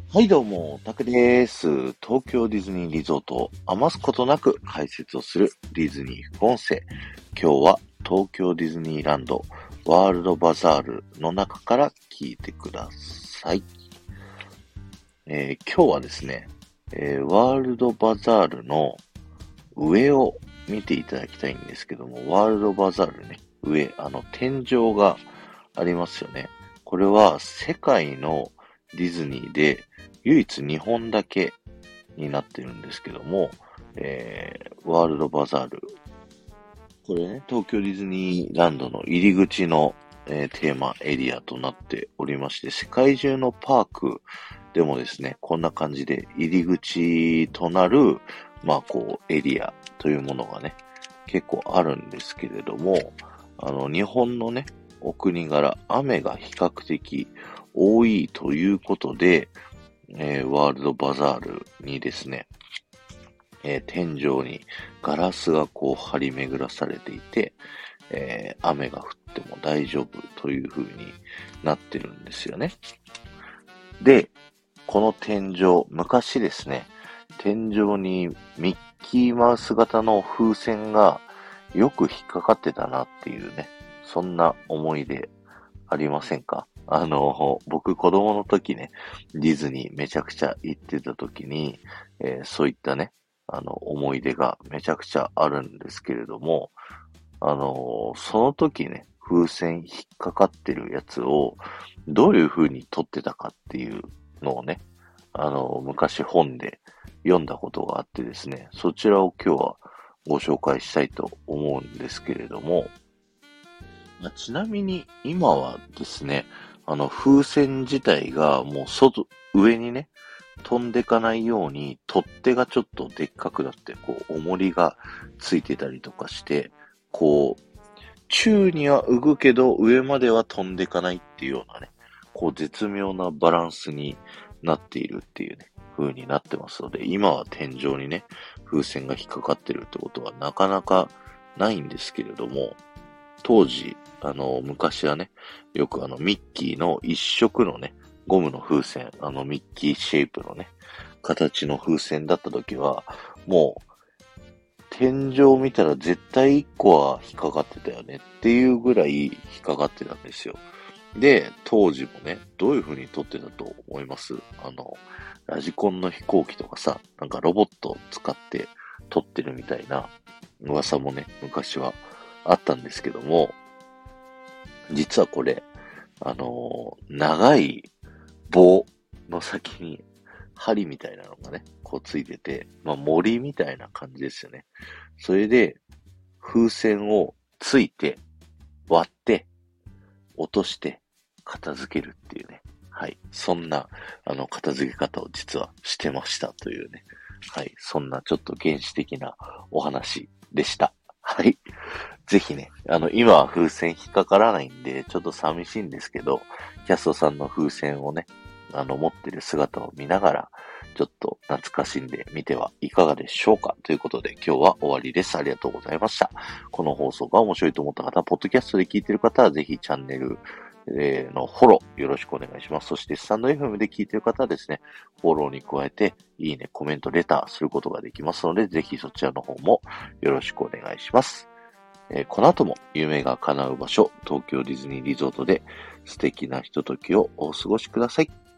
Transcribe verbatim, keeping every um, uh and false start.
はいどうも、タクです。東京ディズニーリゾートを余すことなく解説をするディズニー副音声。今日は東京ディズニーランドワールドバザールの中から聞いてください。えー今日はですね、えーワールドバザールの上を見ていただきたいんですけども、ワールドバザールね、上、あの天井がありますよね。これは世界のディズニーで唯一日本だけになってるんですけども、えー、ワールドバザール。これね、東京ディズニーランドの入り口の、えーテーマエリアとなっておりまして、世界中のパークでもですね、こんな感じで入り口となる、まあこう、エリアというものがね、結構あるんですけれども、あの、日本のね、お国柄、雨が比較的多いということで、えーワールドバザールにですね、えー天井にガラスがこう張り巡らされていて、えー雨が降っても大丈夫という風になってるんですよね。で、この天井、昔ですね、天井にミッキーマウス型の風船がよく引っかかってたなっていうね、そんな思い出ありませんか？あの、僕子供の時ね、ディズニーめちゃくちゃ行ってた時に、えーそういったね、あの、思い出がめちゃくちゃあるんですけれども、あの、その時ね、風船引っかかってるやつを、どういう風に撮ってたかっていうのをね、あの、昔本で読んだことがあってですね、そちらを今日はご紹介したいと思うんですけれども、まあちなみに今はですね、あの風船自体がもう外、上にね、飛んでかないように取っ手がちょっとでっかくなって、こう重りがついてたりとかして、こう、宙には浮くけど上までは飛んでかないっていうようなね、こう絶妙なバランスになっているっていうね、風になってますので、今は天井にね、風船が引っかかってるってことはなかなかないんですけれども、当時、あの、昔はね、よくあの、ミッキーの一色のね、ゴムの風船、あの、ミッキーシェイプのね、形の風船だった時は、もう、天井を見たら絶対一個は引っかかってたよねっていうぐらい引っかかってたんですよ。で、当時もね、どういう風に撮ってたと思います？あの、ラジコンの飛行機とかさ、なんかロボットを使って撮ってるみたいな噂もね、昔はあったんですけども、実はこれ、あのー長い棒の先に針みたいなのがね、こうついてて、まあ森みたいな感じですよね。それで風船をついて、割って、落として、片付けるっていうね。はい。そんな、あの、片付け方を実はしてましたというね。はい。そんなちょっと原始的なお話でした。はい。ぜひね、あの、今は風船引っかからないんで、ちょっと寂しいんですけど、キャストさんの風船をね、あの、持ってる姿を見ながら、ちょっと懐かしんでみてはいかがでしょうかということで、今日は終わりです。ありがとうございました。この放送が面白いと思った方、ポッドキャストで聞いている方は、ぜひチャンネル、えーのフォローよろしくお願いします。そして、スタンド エフエム で聞いている方はですね、フォローに加えて、いいね、コメント、レターすることができますので、ぜひそちらの方もよろしくお願いします。えーこの後も夢が叶う場所、東京ディズニーリゾートで素敵なひとときをお過ごしください。